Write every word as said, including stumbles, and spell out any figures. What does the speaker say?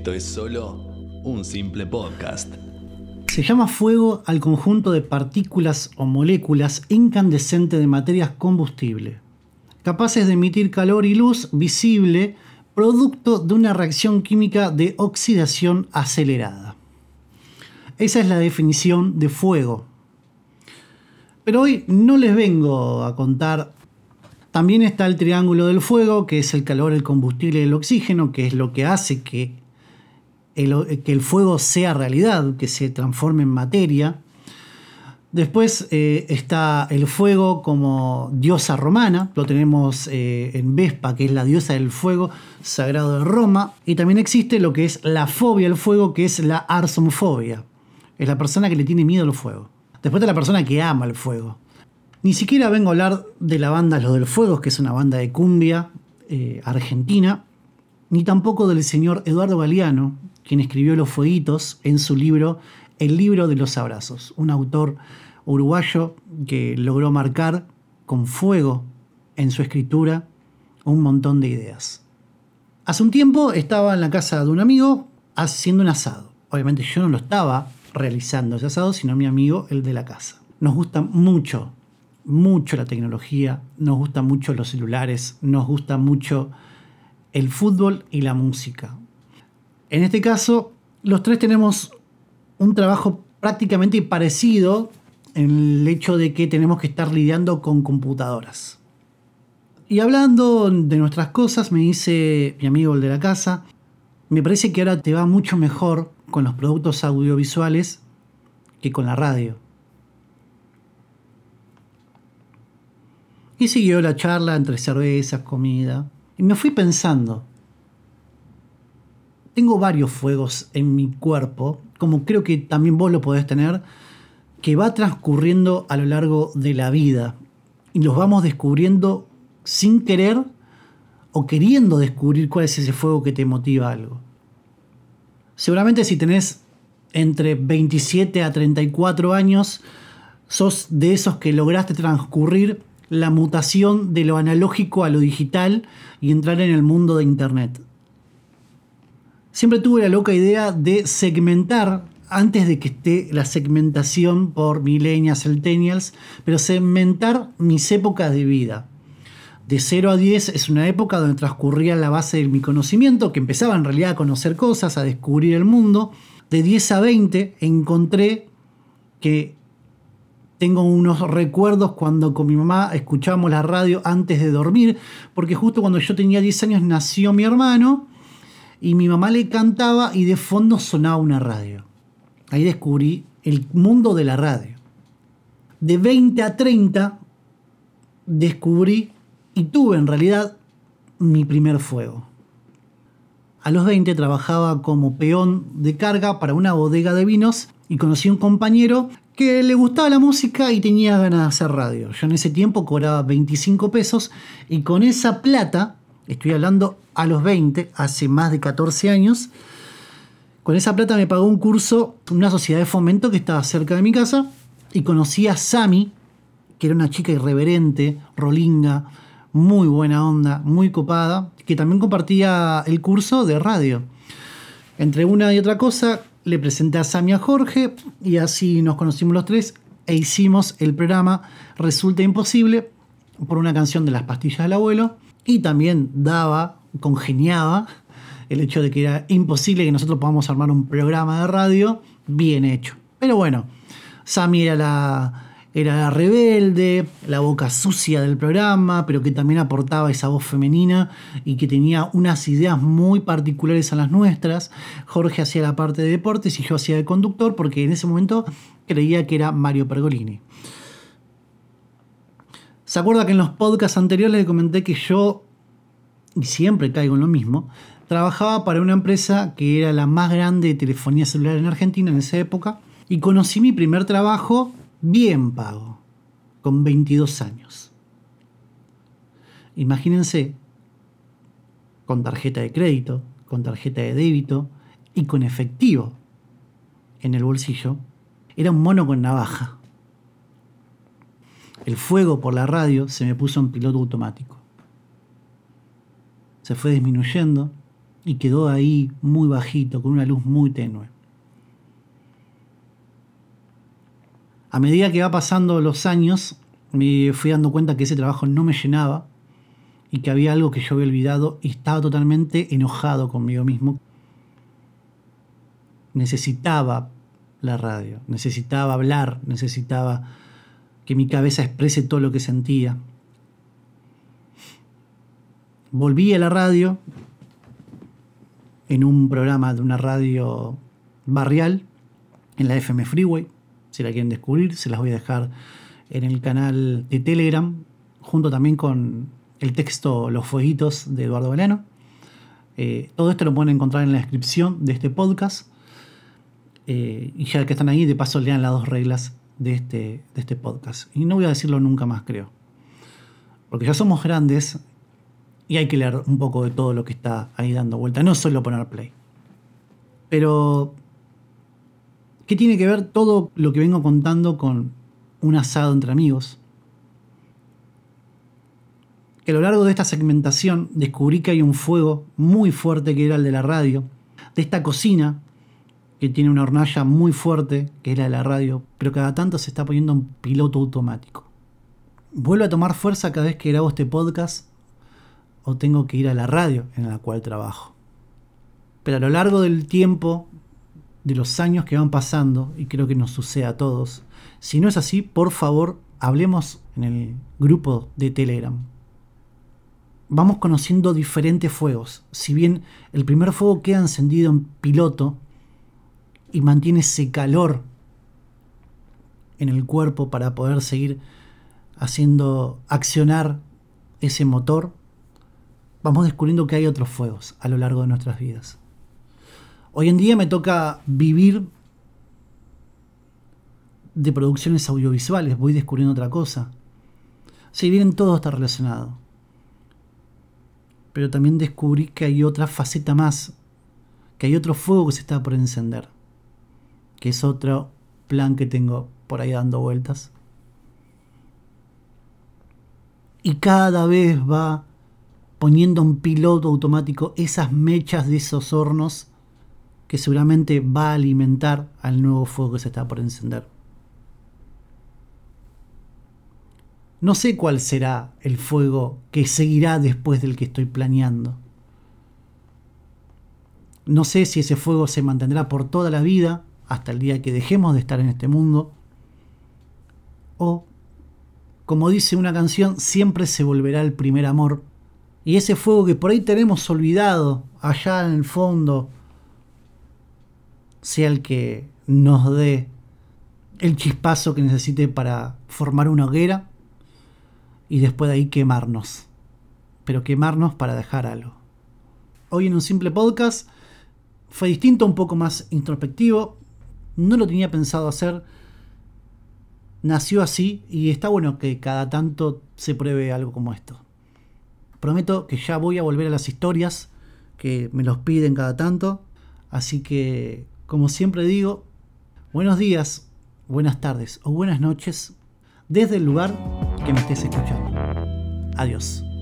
esto es solo un simple podcast. Se llama fuego al conjunto de partículas o moléculas incandescentes de materias combustibles, capaces de emitir calor y luz visible producto de una reacción química de oxidación acelerada. Esa es la definición de fuego. Pero hoy no les vengo a contar. También está el triángulo del fuego, que es el calor, el combustible y el oxígeno, que es lo que hace que el, que el fuego sea realidad, que se transforme en materia. Después eh, está el fuego como diosa romana, lo tenemos eh, en Vespa, que es la diosa del fuego sagrado de Roma. Y también existe lo que es la fobia al fuego, que es la arsonfobia. Es la persona que le tiene miedo al fuego. Después está la persona que ama el fuego. Ni siquiera vengo a hablar de la banda Los del Fuego, que es una banda de cumbia eh, argentina, ni tampoco del señor Eduardo Galeano, quien escribió Los Fueguitos en su libro El libro de los abrazos, un autor uruguayo que logró marcar con fuego en su escritura un montón de ideas. Hace un tiempo estaba en la casa de un amigo haciendo un asado. Obviamente yo no lo estaba realizando ese asado, sino mi amigo, el de la casa. Nos gusta mucho mucho la tecnología, nos gustan mucho los celulares, nos gusta mucho el fútbol y la música. En este caso, los tres tenemos un trabajo prácticamente parecido en el hecho de que tenemos que estar lidiando con computadoras. Y hablando de nuestras cosas, me dice mi amigo el de la casa, me parece que ahora te va mucho mejor con los productos audiovisuales que con la radio. Y siguió la charla entre cervezas, comida. Y me fui pensando. Tengo varios fuegos en mi cuerpo, como creo que también vos lo podés tener, que va transcurriendo a lo largo de la vida. Y los vamos descubriendo sin querer o queriendo descubrir cuál es ese fuego que te motiva algo. Seguramente si tenés entre veintisiete a treinta y cuatro años, sos de esos que lograste transcurrir la mutación de lo analógico a lo digital y entrar en el mundo de Internet. Siempre tuve la loca idea de segmentar, antes de que esté la segmentación por millennials, centennials, pero segmentar mis épocas de vida. De cero a diez es una época donde transcurría la base de mi conocimiento, que empezaba en realidad a conocer cosas, a descubrir el mundo. De diez a veinte encontré que tengo unos recuerdos cuando con mi mamá escuchábamos la radio antes de dormir, porque justo cuando yo tenía diez años nació mi hermano y mi mamá le cantaba y de fondo sonaba una radio. Ahí descubrí el mundo de la radio. De veinte a treinta descubrí y tuve en realidad mi primer fuego. A los veinte trabajaba como peón de carga para una bodega de vinos y conocí a un compañero que le gustaba la música y tenía ganas de hacer radio. Yo en ese tiempo cobraba veinticinco pesos y con esa plata, estoy hablando a los veinte, hace más de catorce años, con esa plata me pagó un curso en una sociedad de fomento que estaba cerca de mi casa y conocí a Sami, que era una chica irreverente, rolinga, muy buena onda, muy copada, que también compartía el curso de radio. Entre una y otra cosa, le presenté a Sami a Jorge y así nos conocimos los tres e hicimos el programa Resulta Imposible por una canción de Las Pastillas del Abuelo, y también daba, congeniaba el hecho de que era imposible que nosotros podamos armar un programa de radio bien hecho. Pero bueno, Sami era la, era la rebelde, la boca sucia del programa, pero que también aportaba esa voz femenina y que tenía unas ideas muy particulares a las nuestras. Jorge hacía la parte de deportes y yo hacía de conductor, porque en ese momento creía que era Mario Pergolini. ¿Se acuerda que en los podcasts anteriores le comenté que yo, y siempre caigo en lo mismo, trabajaba para una empresa que era la más grande de telefonía celular en Argentina en esa época, y conocí mi primer trabajo bien pago, con veintidós años. Imagínense, con tarjeta de crédito, con tarjeta de débito y con efectivo en el bolsillo, era un mono con navaja. El fuego por la radio se me puso en piloto automático. Se fue disminuyendo y quedó ahí muy bajito, con una luz muy tenue. A medida que va pasando los años, me fui dando cuenta que ese trabajo no me llenaba y que había algo que yo había olvidado y estaba totalmente enojado conmigo mismo. Necesitaba la radio, necesitaba hablar, necesitaba que mi cabeza exprese todo lo que sentía. Volví a la radio en un programa de una radio barrial en la F M Freeway. Si la quieren descubrir, se las voy a dejar en el canal de Telegram, junto también con el texto Los Fueguitos de Eduardo Galeano. Eh, todo esto lo pueden encontrar en la descripción de este podcast. Eh, y ya que están ahí, de paso lean las dos reglas de este, de este podcast. Y no voy a decirlo nunca más, creo. Porque ya somos grandes y hay que leer un poco de todo lo que está ahí dando vuelta. No solo poner play. Pero, ¿qué tiene que ver todo lo que vengo contando con un asado entre amigos? Que a lo largo de esta segmentación descubrí que hay un fuego muy fuerte que era el de la radio. De esta cocina que tiene una hornalla muy fuerte, que es la de la radio, pero cada tanto se está poniendo en piloto automático. Vuelvo a tomar fuerza cada vez que grabo este podcast o tengo que ir a la radio en la cual trabajo. Pero a lo largo del tiempo, de los años que van pasando, y creo que nos sucede a todos, si no es así, por favor, hablemos en el grupo de Telegram. Vamos conociendo diferentes fuegos. Si bien el primer fuego queda encendido en piloto, y mantiene ese calor en el cuerpo para poder seguir haciendo accionar ese motor, vamos descubriendo que hay otros fuegos a lo largo de nuestras vidas. Hoy en día me toca vivir de producciones audiovisuales, voy descubriendo otra cosa. Si bien todo está relacionado, pero también descubrí que hay otra faceta más, que hay otro fuego que se está por encender, que es otro plan que tengo por ahí dando vueltas. Y cada vez va poniendo en piloto automático esas mechas de esos hornos que seguramente va a alimentar al nuevo fuego que se está por encender. No sé cuál será el fuego que seguirá después del que estoy planeando. No sé si ese fuego se mantendrá por toda la vida, hasta el día que dejemos de estar en este mundo, o, como dice una canción, siempre se volverá el primer amor, y ese fuego que por ahí tenemos olvidado allá en el fondo sea el que nos dé el chispazo que necesite para formar una hoguera y después de ahí quemarnos, pero quemarnos para dejar algo. Hoy en un simple podcast fue distinto, un poco más introspectivo. No lo tenía pensado hacer, nació así y está bueno que cada tanto se pruebe algo como esto. Prometo que ya voy a volver a las historias que me los piden cada tanto, así que, como siempre digo, buenos días, buenas tardes o buenas noches desde el lugar que me estés escuchando. Adiós.